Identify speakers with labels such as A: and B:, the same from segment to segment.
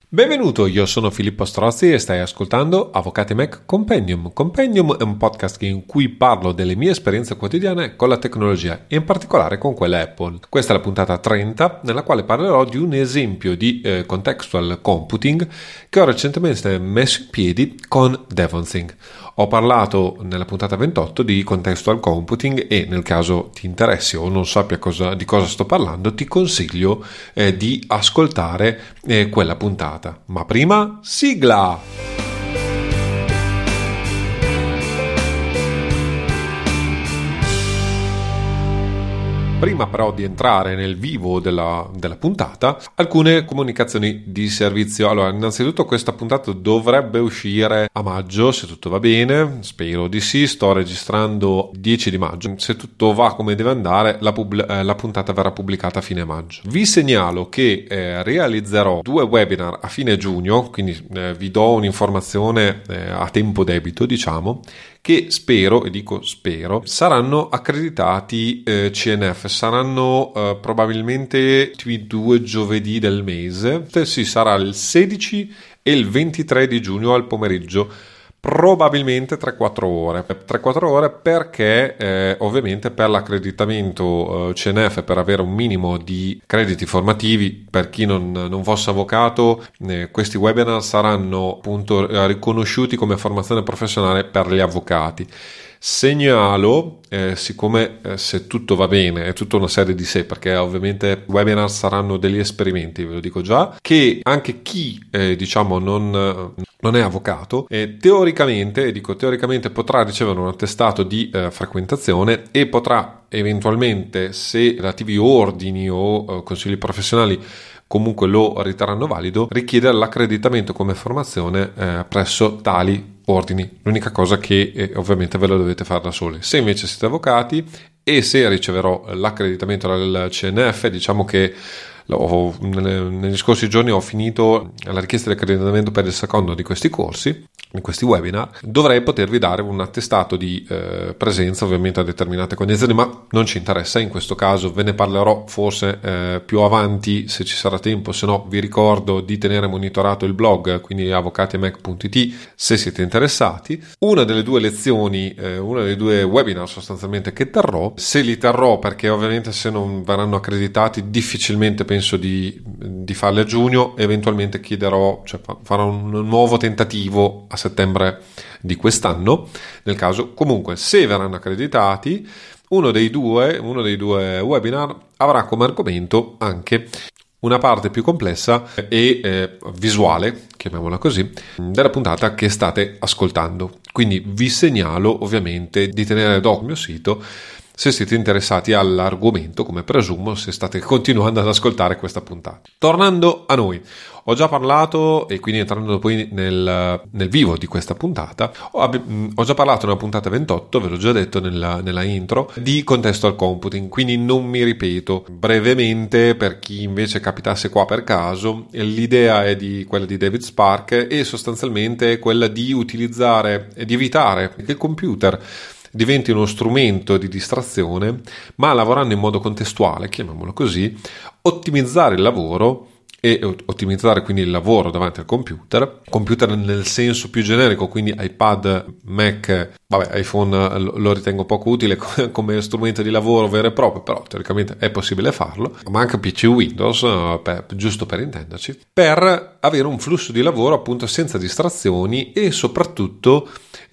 A: Benvenuto, io sono Filippo Strozzi e stai ascoltando Avvocati Mac Compendium. Compendium è un podcast in cui parlo delle mie esperienze quotidiane con la tecnologia e in particolare con quella Apple. Questa è la puntata 30 nella quale parlerò di un esempio di contextual computing che ho recentemente messo in piedi con Devonthink. Ho parlato nella puntata 28 di contextual computing e nel caso ti interessi o non sappia di cosa sto parlando, ti consiglio di ascoltare quella puntata. Ma prima, sigla! Prima però di entrare nel vivo della puntata, alcune comunicazioni di servizio. Allora, innanzitutto questa puntata dovrebbe uscire a maggio, se tutto va bene, spero di sì, sto registrando 10 di maggio. Se tutto va come deve andare, la puntata verrà pubblicata a fine maggio. Vi segnalo che realizzerò 2 webinar a fine giugno, quindi vi do un'informazione a tempo debito, diciamo, che spero, e dico spero, saranno accreditati CNF, saranno probabilmente i 2 giovedì del mese, sì, sarà il 16 e il 23 di giugno al pomeriggio, probabilmente 3-4 ore. 3-4 ore perché ovviamente per l'accreditamento CNF, per avere un minimo di crediti formativi, per chi non fosse avvocato, questi webinar saranno appunto riconosciuti come formazione professionale per gli avvocati. Segnalo, siccome se tutto va bene, è tutta una serie di sé, perché ovviamente i webinar saranno degli esperimenti, ve lo dico già, che anche chi diciamo non è avvocato, teoricamente potrà ricevere un attestato di frequentazione e potrà eventualmente, se relativi ordini o consigli professionali comunque lo riterranno valido, richiedere l'accreditamento come formazione presso tali ordini. L'unica cosa che ovviamente ve lo dovete fare da soli. Se invece siete avvocati e se riceverò l'accreditamento del CNF, diciamo che negli scorsi giorni ho finito la richiesta di accreditamento per il secondo di questi corsi, in questi webinar, dovrei potervi dare un attestato di presenza ovviamente a determinate condizioni, ma non ci interessa in questo caso, ve ne parlerò forse più avanti se ci sarà tempo, se no vi ricordo di tenere monitorato il blog, quindi avvocatimac.it, se siete interessati. Una delle 2 lezioni, una dei 2 webinar sostanzialmente che terrò, se li terrò, perché ovviamente se non verranno accreditati difficilmente penso di farli a giugno, eventualmente farò un nuovo tentativo a settembre di quest'anno. Nel caso, comunque, se verranno accreditati, uno dei due webinar avrà come argomento anche una parte più complessa e visuale, chiamiamola così, della puntata che state ascoltando. Quindi vi segnalo ovviamente di tenere d'occhio il mio sito se siete interessati all'argomento, come presumo se state continuando ad ascoltare questa puntata. Tornando a noi, ho già parlato, e quindi entrando poi nel vivo di questa puntata, ho già parlato nella puntata 28, ve l'ho già detto nella intro, di contextual computing, quindi non mi ripeto. Brevemente, per chi invece capitasse qua per caso, l'idea è quella di David Spark e sostanzialmente è quella di utilizzare e di evitare che il computer diventi uno strumento di distrazione, ma lavorando in modo contestuale, chiamiamolo così, ottimizzare il lavoro e ottimizzare quindi il lavoro davanti al computer nel senso più generico, quindi iPad, Mac, iPhone lo ritengo poco utile come strumento di lavoro vero e proprio, però teoricamente è possibile farlo, ma anche PC Windows, giusto per intenderci, per avere un flusso di lavoro appunto senza distrazioni e soprattutto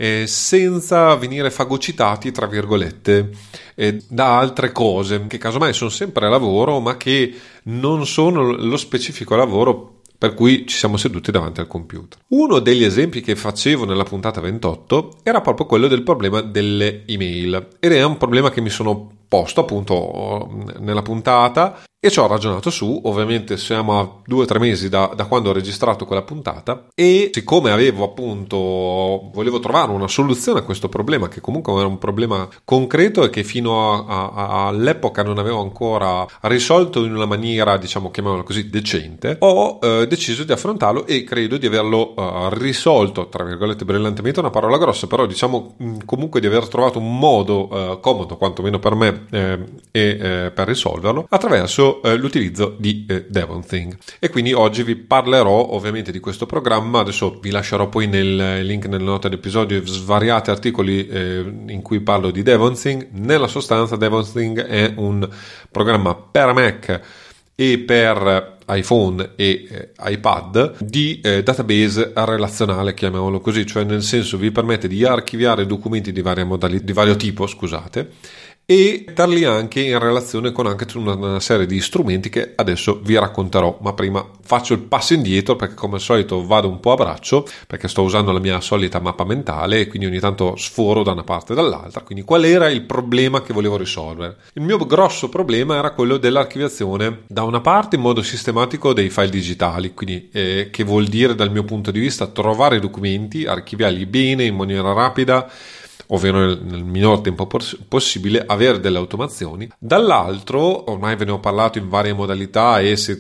A: senza venire fagocitati tra virgolette da altre cose che casomai sono sempre lavoro ma che non sono lo specifico lavoro per cui ci siamo seduti davanti al computer. Uno degli esempi che facevo nella puntata 28 era proprio quello del problema delle email ed è un problema che mi sono posto appunto nella puntata e ci ho ragionato su. Ovviamente siamo a 2 o 3 mesi da quando ho registrato quella puntata e siccome volevo trovare una soluzione a questo problema, che comunque era un problema concreto e che fino all'epoca non avevo ancora risolto in una maniera, diciamo, chiamiamola così, decente, ho deciso di affrontarlo e credo di averlo risolto, tra virgolette brillantemente, una parola grossa, però diciamo comunque di aver trovato un modo comodo, quantomeno per me, per risolverlo attraverso verso l'utilizzo di Devonthink. E quindi oggi vi parlerò ovviamente di questo programma. Adesso vi lascerò poi nel link nelle note dell'episodio svariati articoli in cui parlo di Devonthink. Nella sostanza Devonthink è un programma per Mac e per iPhone e iPad di database relazionale, chiamiamolo così, cioè nel senso vi permette di archiviare documenti di vario tipo, e darli anche in relazione con anche una serie di strumenti che adesso vi racconterò. Ma prima faccio il passo indietro, perché come al solito vado un po' a braccio, perché sto usando la mia solita mappa mentale e quindi ogni tanto sforo da una parte e dall'altra. Quindi qual era il problema che volevo risolvere? Il mio grosso problema era quello dell'archiviazione da una parte in modo sistematico dei file digitali, quindi che vuol dire dal mio punto di vista trovare i documenti, archiviarli bene in maniera rapida, ovvero nel minor tempo possibile, avere delle automazioni. Dall'altro, ormai ve ne ho parlato in varie modalità, e se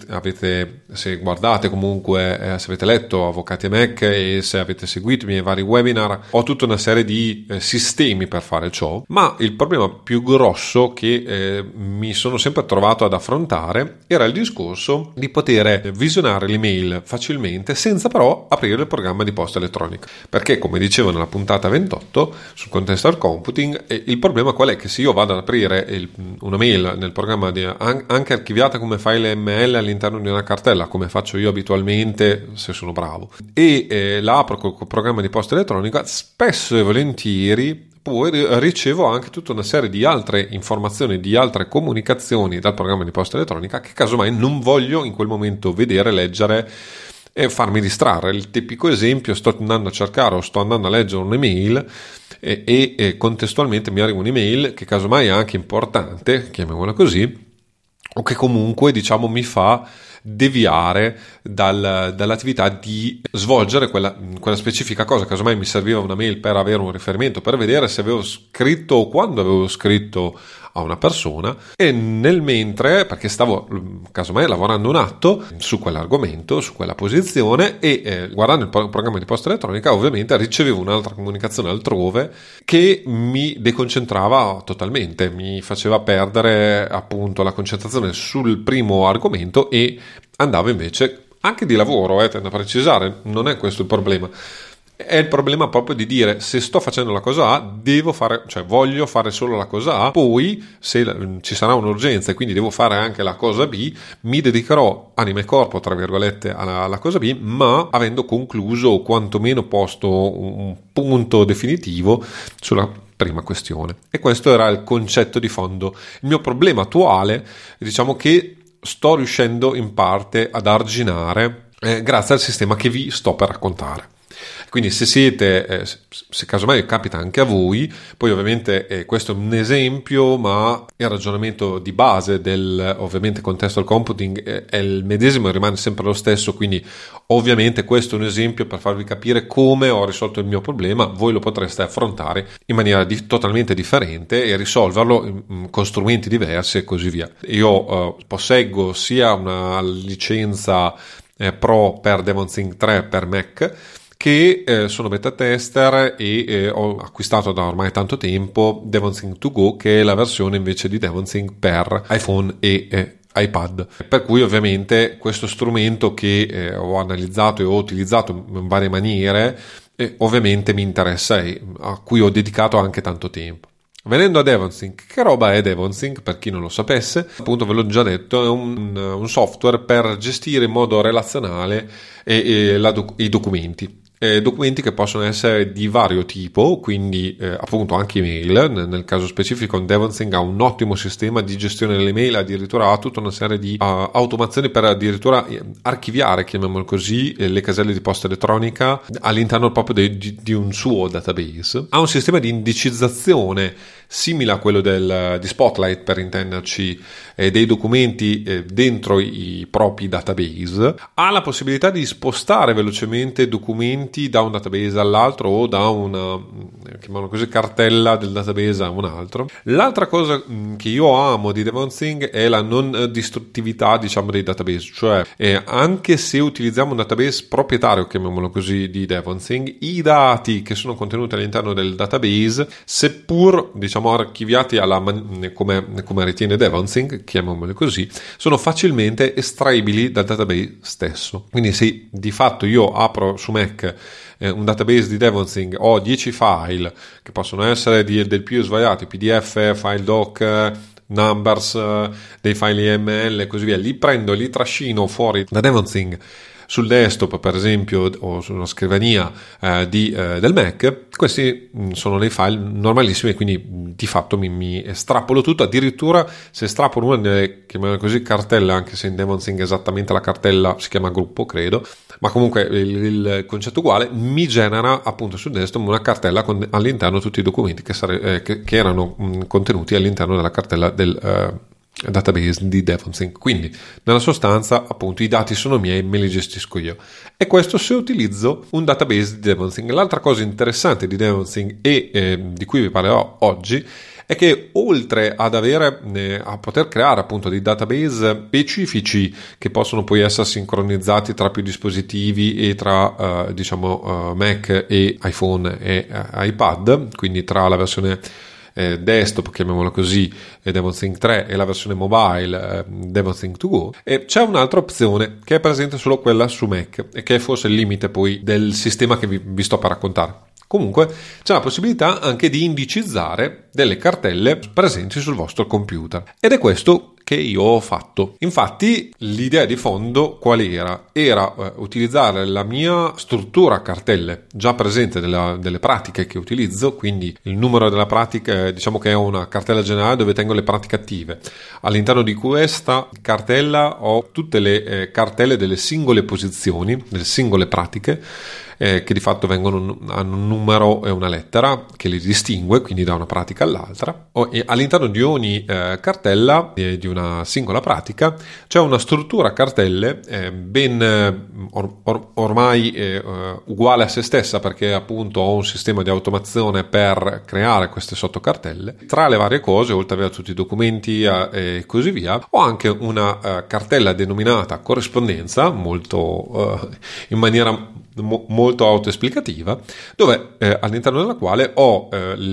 A: guardate comunque, se avete letto Avvocati e Mac e se avete seguito i miei vari webinar, ho tutta una serie di sistemi per fare ciò. Ma il problema più grosso che mi sono sempre trovato ad affrontare era il discorso di poter visionare l'email facilmente senza però aprire il programma di posta elettronica, perché come dicevo nella puntata 28 sul contextual computing, il problema qual è? Che se io vado ad aprire una mail nel programma anche archiviata come file ML all'interno di una cartella, come faccio io abitualmente se sono bravo, e la apro col programma di posta elettronica, spesso e volentieri poi ricevo anche tutta una serie di altre informazioni, di altre comunicazioni dal programma di posta elettronica che casomai non voglio in quel momento vedere, leggere e farmi distrarre. Il tipico esempio: sto andando a cercare o sto andando a leggere un'email e contestualmente mi arriva un'email che casomai è anche importante, chiamiamola così, o che comunque mi fa deviare dall'attività di svolgere quella specifica cosa. Casomai mi serviva una mail per avere un riferimento, per vedere se avevo scritto o quando avevo scritto a una persona, e nel mentre, perché stavo casomai lavorando un atto su quell'argomento, su quella posizione, e guardando il programma di posta elettronica ovviamente ricevevo un'altra comunicazione altrove che mi deconcentrava totalmente, mi faceva perdere appunto la concentrazione sul primo argomento e andavo invece anche di lavoro, tendo a precisare, non è questo il problema. È il problema proprio di dire: se sto facendo la cosa A, voglio fare solo la cosa A, poi se ci sarà un'urgenza e quindi devo fare anche la cosa B, mi dedicherò anima e corpo, tra virgolette, alla cosa B, ma avendo concluso o quantomeno posto un punto definitivo sulla prima questione. E questo era il concetto di fondo. Il mio problema attuale, che sto riuscendo in parte ad arginare grazie al sistema che vi sto per raccontare. Quindi se se casomai capita anche a voi, poi ovviamente questo è un esempio, ma il ragionamento di base del ovviamente contextual computing è il medesimo e rimane sempre lo stesso, quindi ovviamente questo è un esempio per farvi capire come ho risolto il mio problema. Voi lo potreste affrontare in maniera totalmente differente e risolverlo con strumenti diversi e così via. Io posseggo sia una licenza Pro per Devonthink 3 per Mac, che sono beta tester, e ho acquistato da ormai tanto tempo Devonthink To Go, che è la versione invece di Devonthink per iPhone e iPad, per cui ovviamente questo strumento che ho analizzato e ho utilizzato in varie maniere ovviamente mi interessa e a cui ho dedicato anche tanto tempo. Venendo a Devonthink, che roba è Devonthink? Per chi non lo sapesse, appunto ve l'ho già detto, è un software per gestire in modo relazionale i documenti. Documenti che possono essere di vario tipo, quindi appunto anche email. Nel caso specifico Devonthink ha un ottimo sistema di gestione delle email, addirittura ha tutta una serie di automazioni per addirittura archiviare, chiamiamolo così, le caselle di posta elettronica all'interno proprio di un suo database. Ha un sistema di indicizzazione simile a quello di Spotlight, per intenderci, dei documenti dentro i propri database. Ha la possibilità di spostare velocemente documenti da un database all'altro o da una, chiamiamolo così, cartella del database a un altro. L'altra cosa che io amo di Devonthink è la non distruttività, dei database, cioè anche se utilizziamo un database proprietario, chiamiamolo così, di Devonthink, i dati che sono contenuti all'interno del database, seppur diciamo archiviati come ritiene Devonsync, chiamiamoli così, sono facilmente estraibili dal database stesso. Quindi se di fatto io apro su Mac un database di Devonsync, ho 10 file che possono essere del più svariati, PDF, file doc, numbers, dei file YAML e così via, li prendo e li trascino fuori da Devonsync sul desktop per esempio o sulla scrivania del Mac. Questi sono dei file normalissimi, quindi di fatto mi estrapolo tutto. Addirittura se estrapolo una delle, chiamiamole così, cartelle, anche se in Devonsync esattamente la cartella si chiama gruppo credo, ma comunque il concetto uguale, mi genera appunto sul desktop una cartella con all'interno tutti i documenti che erano contenuti all'interno della cartella del database di Devonsync. Quindi nella sostanza appunto i dati sono miei, me li gestisco io, e questo se utilizzo un database di Devonsync. L'altra cosa interessante di Devonsync e di cui vi parlerò oggi è che oltre ad avere a poter creare appunto dei database specifici che possono poi essere sincronizzati tra più dispositivi e tra Mac e iPhone e iPad, quindi tra la versione desktop, chiamiamola così, Devonsync 3 e la versione mobile Devonsync 2Go, e c'è un'altra opzione che è presente solo quella su Mac e che è forse il limite poi del sistema che vi sto per raccontare. Comunque c'è la possibilità anche di indicizzare delle cartelle presenti sul vostro computer, ed è questo che io ho fatto. Infatti l'idea di fondo qual era? Era utilizzare la mia struttura cartelle già presente delle pratiche che utilizzo, quindi il numero della pratica, diciamo che è una cartella generale dove tengo le pratiche attive. All'interno di questa cartella ho tutte le cartelle delle singole posizioni, delle singole pratiche, che di fatto hanno un numero e una lettera che li distingue, quindi da una pratica all'altra. E all'interno di ogni cartella di una singola pratica c'è una struttura cartelle ormai uguale a se stessa, perché appunto ho un sistema di automazione per creare queste sottocartelle. Tra le varie cose, oltre ad avere tutti i documenti e così via, ho anche una cartella denominata corrispondenza, in maniera molto autoesplicativa, dove all'interno della quale ho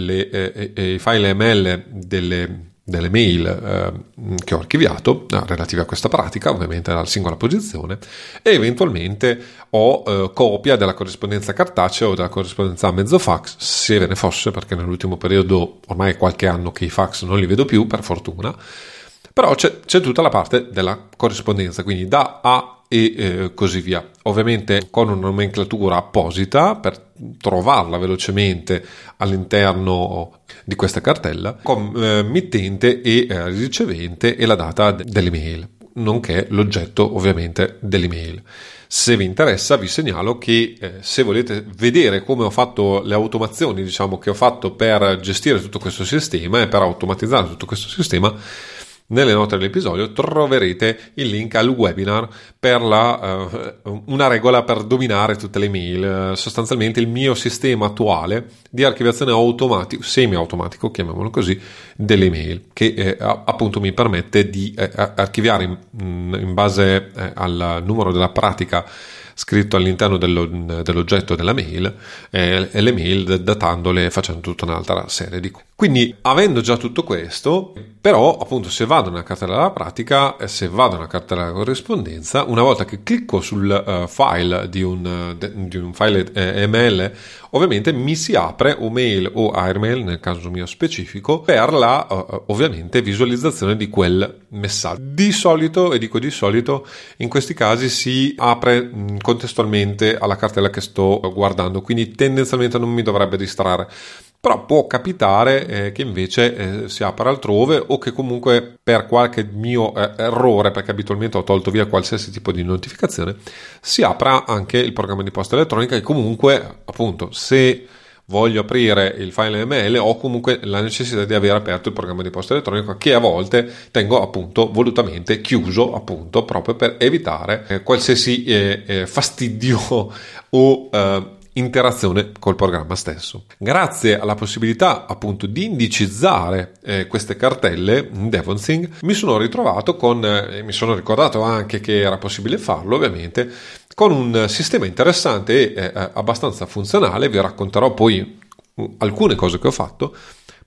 A: i file ML delle mail che ho archiviato relative a questa pratica, ovviamente alla singola posizione, e eventualmente ho copia della corrispondenza cartacea o della corrispondenza a mezzo fax, se ve ne fosse, perché nell'ultimo periodo ormai è qualche anno che i fax non li vedo più, per fortuna. Però c'è tutta la parte della corrispondenza, quindi da A e così via, ovviamente con una nomenclatura apposita per trovarla velocemente all'interno di questa cartella, con mittente e ricevente e la data dell'email, nonché l'oggetto ovviamente dell'email. Se vi interessa vi segnalo che se volete vedere come ho fatto le automazioni, diciamo, che ho fatto per gestire tutto questo sistema e per automatizzare tutto questo sistema, nelle note dell'episodio troverete il link al webinar per una regola per dominare tutte le mail, sostanzialmente il mio sistema attuale di archiviazione semi-automatico, chiamiamolo così, delle mail, che appunto mi permette di archiviare in base al numero della pratica scritto all'interno dell'oggetto della mail e le mail datandole, facendo tutta un'altra serie di cose. Quindi, avendo già tutto questo, però appunto se vado nella cartella della pratica e se vado nella cartella della corrispondenza, una volta che clicco sul file di un file ML, ovviamente mi si apre o mail o airmail, nel caso mio specifico, per la ovviamente visualizzazione di quel messaggio. Di solito, in questi casi si apre contestualmente alla cartella che sto guardando, quindi tendenzialmente non mi dovrebbe distrarre. Però può capitare che invece si apra altrove, o che comunque per qualche mio errore, perché abitualmente ho tolto via qualsiasi tipo di notificazione, si apra anche il programma di posta elettronica, e comunque appunto se voglio aprire il file ML ho comunque la necessità di aver aperto il programma di posta elettronica, che a volte tengo appunto volutamente chiuso, appunto proprio per evitare qualsiasi fastidio o interazione col programma stesso. Grazie alla possibilità appunto di indicizzare queste cartelle in Devonsync, mi sono ritrovato mi sono ricordato anche che era possibile farlo, ovviamente, con un sistema interessante e abbastanza funzionale. Vi racconterò poi alcune cose che ho fatto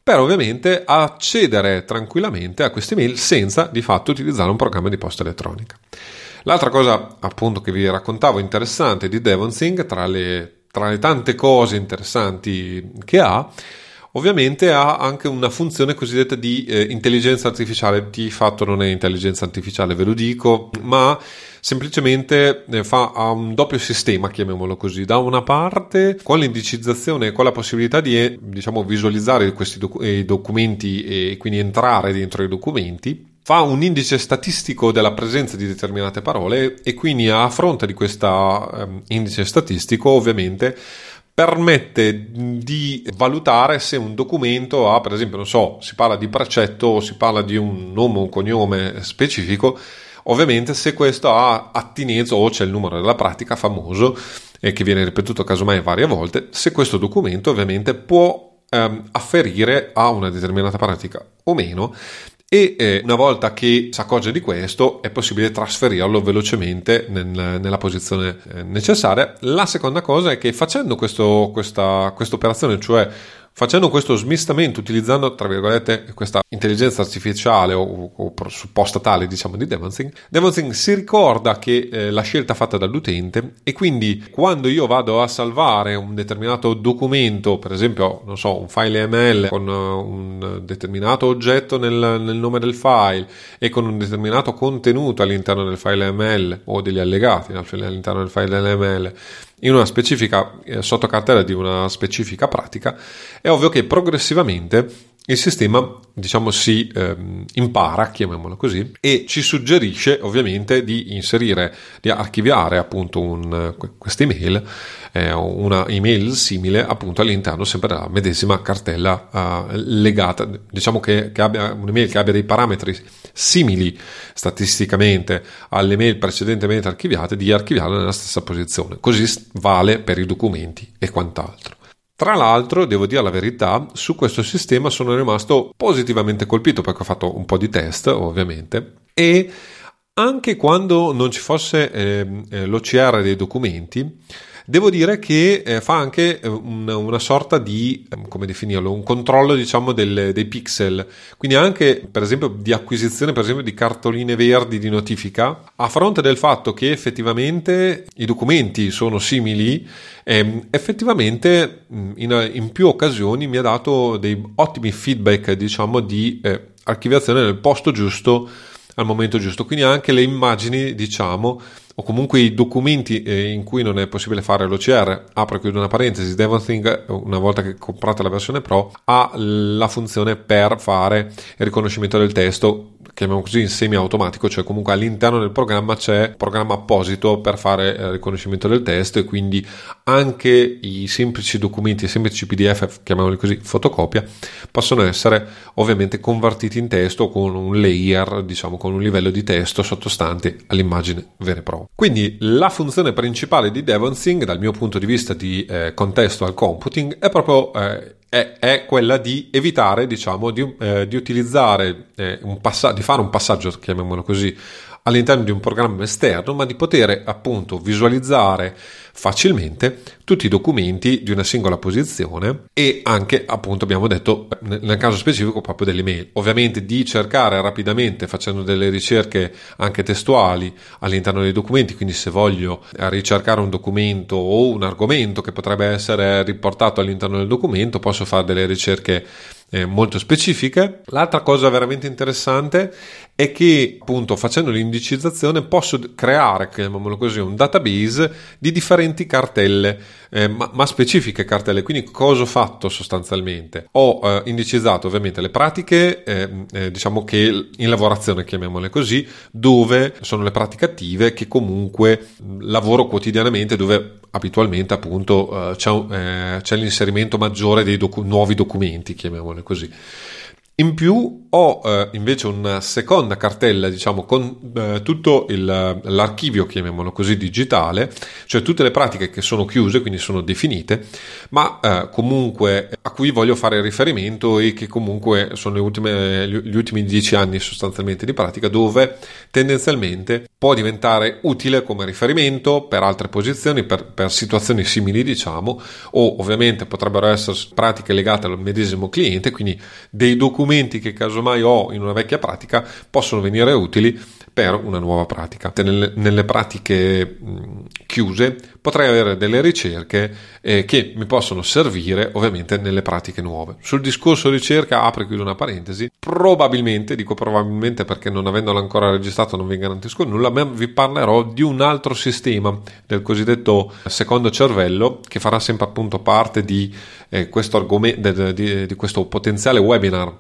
A: per ovviamente accedere tranquillamente a queste mail senza di fatto utilizzare un programma di posta elettronica. L'altra cosa appunto che vi raccontavo interessante di Devonsync, tra le tante cose interessanti che ha, ovviamente ha anche una funzione cosiddetta di intelligenza artificiale. Di fatto non è intelligenza artificiale, ve lo dico, ma semplicemente ha un doppio sistema, chiamiamolo così. Da una parte, con l'indicizzazione e con la possibilità di visualizzare questi documenti e quindi entrare dentro i documenti, fa un indice statistico della presenza di determinate parole e quindi a fronte di questo indice statistico ovviamente permette di valutare se un documento ha, per esempio, non so, si parla di precetto o si parla di un nome o un cognome specifico, ovviamente se questo ha attinenza o c'è il numero della pratica famoso e che viene ripetuto casomai varie volte, se questo documento ovviamente può afferire a una determinata pratica o meno. E una volta che si accorge di questo è possibile trasferirlo velocemente nella posizione necessaria. La seconda cosa è che facendo questa operazione, cioè facendo questo smistamento utilizzando tra virgolette questa intelligenza artificiale o supposta tale di Devonsync si ricorda che la scelta fatta dall'utente, e quindi quando io vado a salvare un determinato documento, per esempio non so, un file ML con un determinato oggetto nel nome del file e con un determinato contenuto all'interno del file ML o degli allegati all'interno del file ML in una specifica sottocartella di una specifica pratica, è ovvio che progressivamente il sistema si impara, chiamiamolo così, e ci suggerisce ovviamente di inserire, di archiviare appunto questa email, una email simile appunto all'interno sempre della medesima cartella legata, che abbia un'email che abbia dei parametri simili statisticamente alle mail precedentemente archiviate, di archiviarla nella stessa posizione. Così vale per i documenti e quant'altro. Tra l'altro, devo dire la verità, su questo sistema sono rimasto positivamente colpito perché ho fatto un po' di test, ovviamente, e anche quando non ci fosse l'OCR dei documenti, devo dire che fa anche una sorta di, come definirlo, un controllo dei pixel, quindi anche per esempio di acquisizione per esempio di cartoline verdi di notifica, a fronte del fatto che effettivamente i documenti sono simili. Effettivamente in più occasioni mi ha dato dei ottimi feedback di archiviazione nel posto giusto al momento giusto, quindi anche le immagini o comunque i documenti in cui non è possibile fare l'OCR, apro e chiudo una parentesi, Devonsync una volta che comprate la versione Pro ha la funzione per fare il riconoscimento del testo, chiamiamo così in semi automatico, cioè comunque all'interno del programma c'è un programma apposito per fare il riconoscimento del testo, e quindi anche i semplici documenti, i semplici PDF, chiamiamoli così, fotocopia, possono essere ovviamente convertiti in testo con un layer, con un livello di testo sottostante all'immagine vera e propria. Quindi la funzione principale di Devonsync dal mio punto di vista di contextual computing è proprio è quella di evitare di utilizzare di fare un passaggio, chiamiamolo così, all'interno di un programma esterno, ma di poter appunto visualizzare facilmente tutti i documenti di una singola posizione, e anche appunto abbiamo detto nel caso specifico proprio delle mail, ovviamente di cercare rapidamente facendo delle ricerche anche testuali all'interno dei documenti, quindi se voglio ricercare un documento o un argomento che potrebbe essere riportato all'interno del documento, posso fare delle ricerche molto specifiche. L'altra cosa veramente interessante è che appunto facendo l'indicizzazione posso creare, chiamiamolo così, un database di differenti cartelle, ma specifiche cartelle. Quindi cosa ho fatto sostanzialmente? Ho indicizzato ovviamente le pratiche che in lavorazione, chiamiamole così, dove sono le pratiche attive che comunque lavoro quotidianamente, dove abitualmente appunto c'è l'inserimento maggiore dei nuovi documenti, chiamiamole così. In più ho invece una seconda cartella, diciamo, con tutto l'archivio, chiamiamolo così, digitale, cioè tutte le pratiche che sono chiuse, quindi sono definite, ma comunque a cui voglio fare riferimento e che comunque sono gli ultimi 10 anni sostanzialmente di pratica, dove tendenzialmente può diventare utile come riferimento per altre posizioni, per situazioni simili, diciamo, o ovviamente potrebbero essere pratiche legate al medesimo cliente, quindi dei documenti che casomai ho in una vecchia pratica possono venire utili per una nuova pratica. Nelle pratiche chiuse potrei avere delle ricerche che mi possono servire ovviamente nelle pratiche nuove. Sul discorso ricerca apro e chiudo una parentesi, probabilmente, dico probabilmente perché non avendolo ancora registrato non vi garantisco nulla, ma vi parlerò di un altro sistema, del cosiddetto secondo cervello, che farà sempre appunto parte di questo argomento, di questo potenziale webinar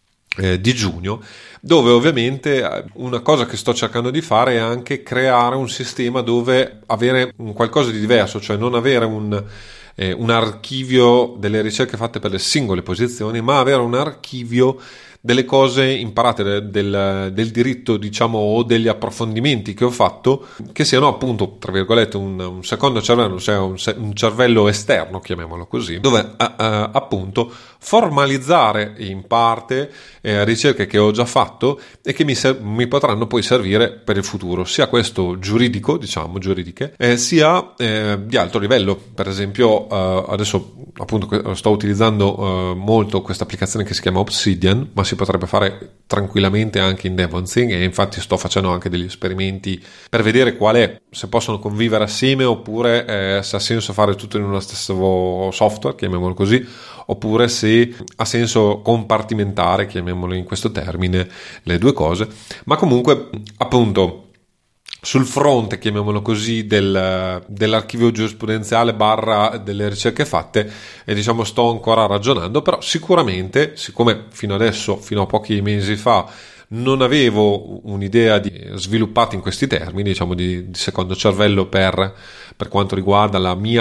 A: di giugno, dove ovviamente una cosa che sto cercando di fare è anche creare un sistema dove avere un qualcosa di diverso, cioè non avere un archivio delle ricerche fatte per le singole posizioni, ma avere un archivio delle cose imparate del diritto, diciamo, o degli approfondimenti che ho fatto, che siano appunto, tra virgolette, un secondo cervello, cioè un cervello esterno, chiamiamolo così, dove appunto formalizzare in parte ricerche che ho già fatto e che mi potranno poi servire per il futuro, sia questo giuridico, diciamo, giuridiche, sia di alto livello. Per esempio adesso appunto sto utilizzando molto questa applicazione che si chiama Obsidian, ma si potrebbe fare tranquillamente anche in Devonthing, e infatti sto facendo anche degli esperimenti per vedere se possono convivere assieme, oppure se ha senso fare tutto in uno stesso software, chiamiamolo così, oppure se ha senso compartimentare, chiamiamolo in questo termine, le due cose. Ma comunque appunto sul fronte, chiamiamolo così, dell'archivio giurisprudenziale / delle ricerche fatte, diciamo sto ancora ragionando, però sicuramente, siccome fino a pochi mesi fa non avevo un'idea sviluppata in questi termini, diciamo di secondo cervello per quanto riguarda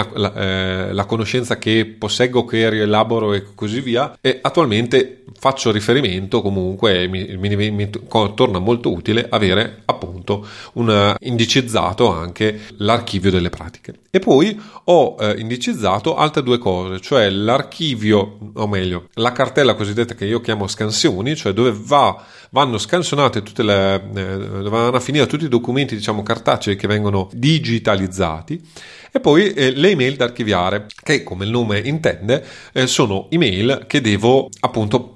A: la conoscenza che posseggo, che rielaboro e così via, e attualmente faccio riferimento comunque, mi torna molto utile avere appunto un indicizzato anche l'archivio delle pratiche. E poi ho indicizzato altre due cose, cioè l'archivio, o meglio la cartella cosiddetta che io chiamo scansioni, cioè dove vanno scansionate dove vanno a finire tutti i documenti, diciamo, cartacei che vengono digitalizzati, e poi le email da archiviare, che come il nome intende sono email che devo appunto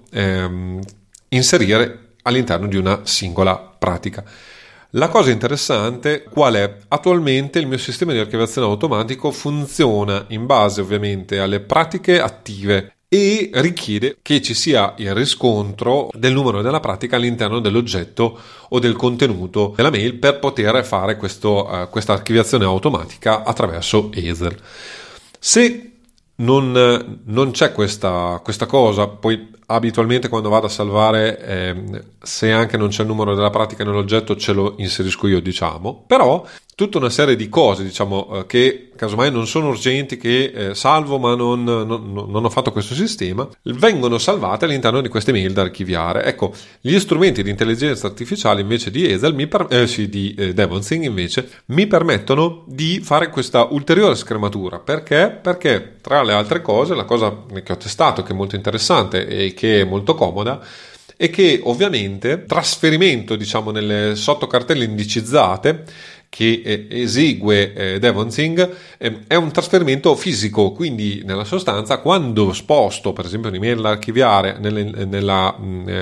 A: inserire all'interno di una singola pratica. La cosa interessante qual è? Attualmente il mio sistema di archiviazione automatico funziona in base ovviamente alle pratiche attive e richiede che ci sia il riscontro del numero della pratica all'interno dell'oggetto o del contenuto della mail per poter fare questa archiviazione automatica attraverso Ether. Se non c'è questa cosa, poi abitualmente quando vado a salvare, se anche non c'è il numero della pratica nell'oggetto, ce lo inserisco io, diciamo, però tutta una serie di cose, diciamo, che casomai non sono urgenti, che salvo ma non ho fatto questo sistema, vengono salvate all'interno di queste mail da archiviare. Ecco, gli strumenti di intelligenza artificiale invece di Hazel di Devonthing invece mi permettono di fare questa ulteriore scrematura. Perché tra le altre cose, la cosa che ho testato, che è molto interessante e che è molto comoda, è che ovviamente trasferimento, diciamo, nelle sottocartelle indicizzate che esegue Devonthing è un trasferimento fisico, quindi nella sostanza quando sposto per esempio un'email da archiviare nella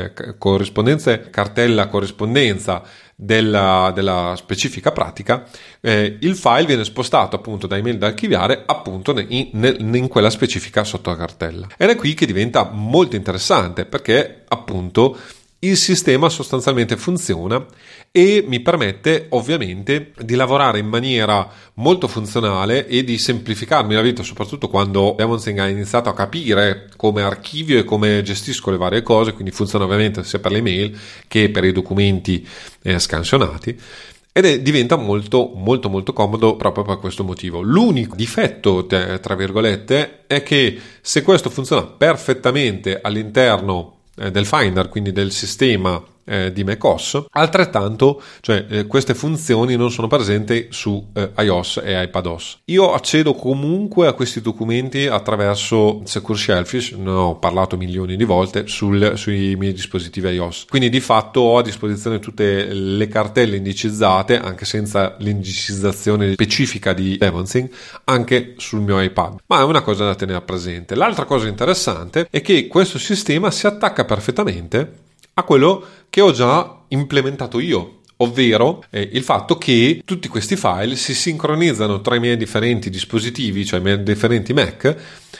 A: cartella corrispondenza della specifica pratica, il file viene spostato appunto da email da archiviare appunto in quella specifica sottocartella, ed è qui che diventa molto interessante, perché appunto il sistema sostanzialmente funziona e mi permette ovviamente di lavorare in maniera molto funzionale e di semplificarmi la vita, soprattutto quando Devonthing ha iniziato a capire come archivio e come gestisco le varie cose, quindi funziona ovviamente sia per le mail che per i documenti scansionati. Ed diventa molto molto molto comodo proprio per questo motivo. L'unico difetto, tra virgolette, è che se questo funziona perfettamente all'interno del Finder, quindi del sistema di macOS, altrettanto, cioè queste funzioni non sono presenti su iOS e iPadOS. Io accedo comunque a questi documenti attraverso Secure Shellfish, ne ho parlato milioni di volte sui miei dispositivi iOS, quindi di fatto ho a disposizione tutte le cartelle indicizzate, anche senza l'indicizzazione specifica di Devonsync, anche sul mio iPad, ma è una cosa da tenere presente. L'altra cosa interessante è che questo sistema si attacca perfettamente a quello che ho già implementato io, ovvero il fatto che tutti questi file si sincronizzano tra i miei differenti dispositivi, cioè i miei differenti Mac,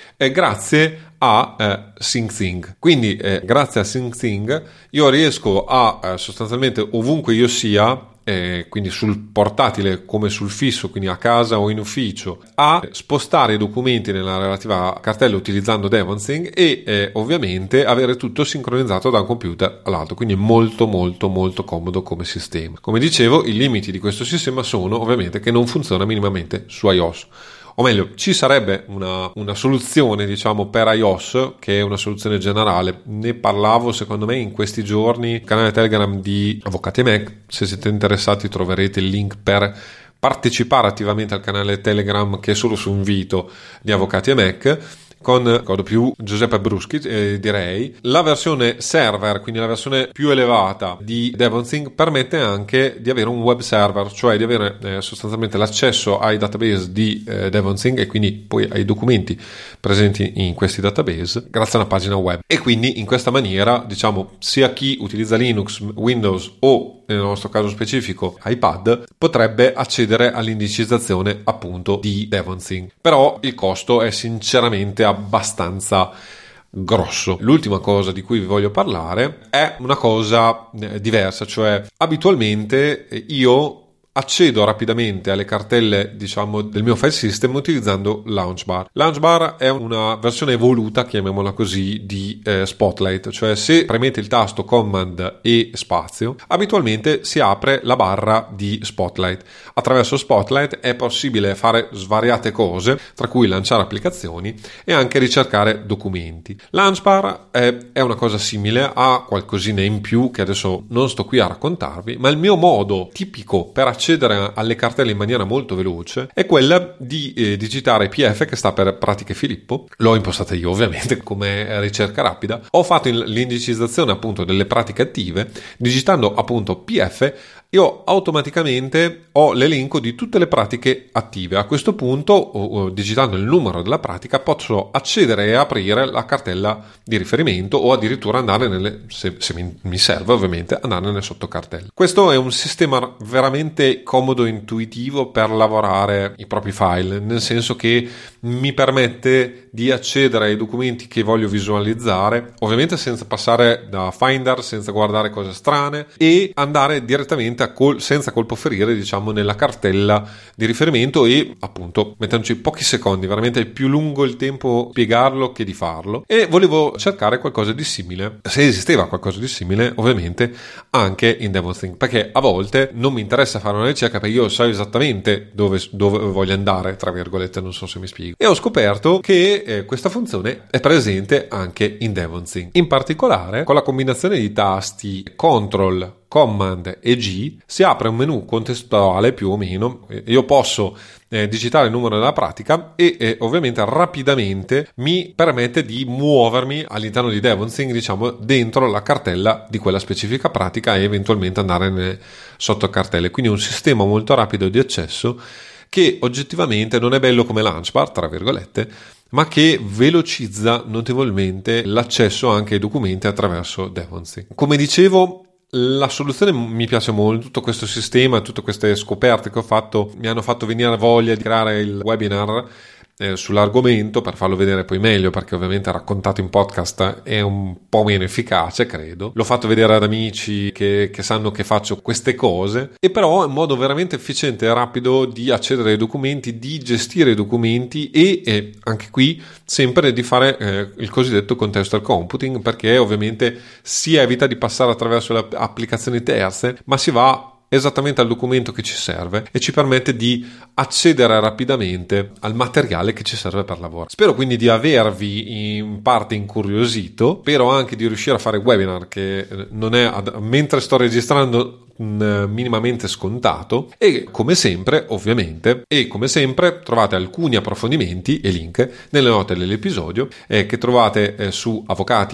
A: grazie a SyncThing. Quindi grazie a SyncThing io riesco a sostanzialmente ovunque io sia, quindi sul portatile come sul fisso, quindi a casa o in ufficio, a spostare i documenti nella relativa cartella utilizzando Devonsync e ovviamente avere tutto sincronizzato da un computer all'altro, quindi molto molto molto comodo come sistema. Come dicevo, i limiti di questo sistema sono ovviamente che non funziona minimamente su iOS. O meglio, ci sarebbe una soluzione, diciamo, per iOS, che è una soluzione generale. Ne parlavo, secondo me, in questi giorni sul canale Telegram di Avvocati Mac. Se siete interessati troverete il link per partecipare attivamente al canale Telegram, che è solo su invito, di Avvocati Mac, con codo più Giuseppe Bruschi, direi. La versione server, quindi la versione più elevata di Devonsync, permette anche di avere un web server, cioè di avere sostanzialmente l'accesso ai database di Devonsync e quindi poi ai documenti presenti in questi database grazie a una pagina web. E quindi in questa maniera, diciamo, sia chi utilizza Linux, Windows o nel nostro caso specifico iPad potrebbe accedere all'indicizzazione appunto di Devonsync. Però il costo è sinceramente abbastanza grosso. L'ultima cosa di cui vi voglio parlare è una cosa diversa, cioè abitualmente io accedo rapidamente alle cartelle, diciamo, del mio file system utilizzando Launchbar. Launchbar è una versione evoluta, chiamiamola così, di Spotlight, cioè se premete il tasto Command e spazio, abitualmente si apre la barra di Spotlight. Attraverso Spotlight è possibile fare svariate cose, tra cui lanciare applicazioni e anche ricercare documenti. Launchbar è una cosa simile, ha qualcosina in più che adesso non sto qui a raccontarvi, ma il mio modo tipico per accedere alle cartelle in maniera molto veloce è quella di digitare PF, che sta per Pratiche Filippo. L'ho impostata io ovviamente come ricerca rapida. Ho fatto l'indicizzazione appunto delle pratiche attive digitando appunto PF. Io automaticamente ho l'elenco di tutte le pratiche attive. A questo punto, digitando il numero della pratica, posso accedere e aprire la cartella di riferimento o addirittura andare se mi serve ovviamente, andare nelle sottocartelle. Questo è un sistema veramente comodo e intuitivo per lavorare i propri file, nel senso che mi permette di accedere ai documenti che voglio visualizzare, ovviamente senza passare da Finder, senza guardare cose strane, e andare direttamente senza colpo ferire, diciamo, nella cartella di riferimento e appunto mettendoci pochi secondi. Veramente è più lungo il tempo spiegarlo che di farlo, e volevo cercare qualcosa di simile, se esisteva qualcosa di simile ovviamente anche in Devonsync, perché a volte non mi interessa fare una ricerca perché io so esattamente dove voglio andare, tra virgolette, non so se mi spiego, e ho scoperto che questa funzione è presente anche in Devonsync. In particolare con la combinazione di tasti Ctrl, Command e G si apre un menu contestuale più o meno. Io posso digitare il numero della pratica e ovviamente rapidamente mi permette di muovermi all'interno di Devonsync, diciamo, dentro la cartella di quella specifica pratica e eventualmente andare nelle sottocartelle. Quindi un sistema molto rapido di accesso che oggettivamente non è bello come Launchbar, tra virgolette, ma che velocizza notevolmente l'accesso anche ai documenti attraverso Devonsync. Come dicevo, la soluzione mi piace molto. Tutto questo sistema, tutte queste scoperte che ho fatto mi hanno fatto venire voglia di creare il webinar sull'argomento per farlo vedere poi meglio, perché ovviamente raccontato in podcast è un po' meno efficace, credo. L'ho fatto vedere ad amici che sanno che faccio queste cose, e però è un modo veramente efficiente e rapido di accedere ai documenti, di gestire i documenti e anche qui sempre di fare il cosiddetto contextual computing, perché ovviamente si evita di passare attraverso le applicazioni terze, ma si va esattamente al documento che ci serve e ci permette di accedere rapidamente al materiale che ci serve per lavoro. Spero quindi di avervi in parte incuriosito, spero anche di riuscire a fare webinar, che non è mentre sto registrando minimamente scontato, e come sempre trovate alcuni approfondimenti e link nelle note dell'episodio che trovate su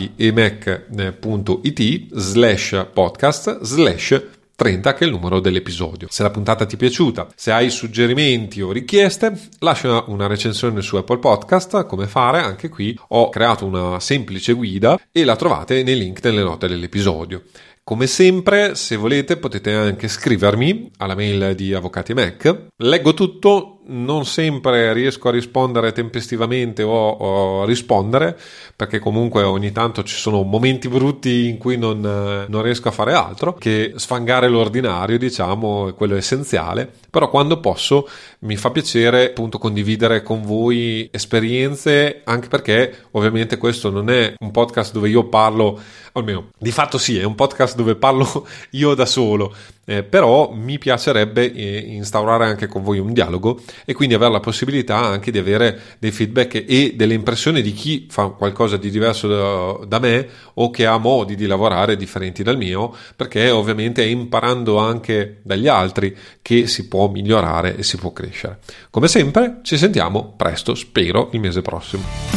A: avvocatiemec.it/podcast/30, che è il numero dell'episodio. Se la puntata ti è piaciuta, se hai suggerimenti o richieste, lascia una recensione su Apple Podcast. Come fare? Anche qui ho creato una semplice guida e la trovate nei link nelle note dell'episodio. Come sempre, se volete, potete anche scrivermi alla mail di Avvocati Mac. Leggo tutto, non sempre riesco a rispondere tempestivamente o a rispondere, perché comunque ogni tanto ci sono momenti brutti in cui non riesco a fare altro che sfangare l'ordinario, diciamo, è quello essenziale. Però quando posso mi fa piacere appunto condividere con voi esperienze, anche perché ovviamente questo non è un podcast dove io parlo, almeno di fatto sì, è un podcast dove parlo io da solo, però mi piacerebbe instaurare anche con voi un dialogo e quindi avere la possibilità anche di avere dei feedback e delle impressioni di chi fa qualcosa di diverso da me o che ha modi di lavorare differenti dal mio, perché ovviamente è imparando anche dagli altri che si può migliorare e si può crescere. Come sempre ci sentiamo presto, spero il mese prossimo.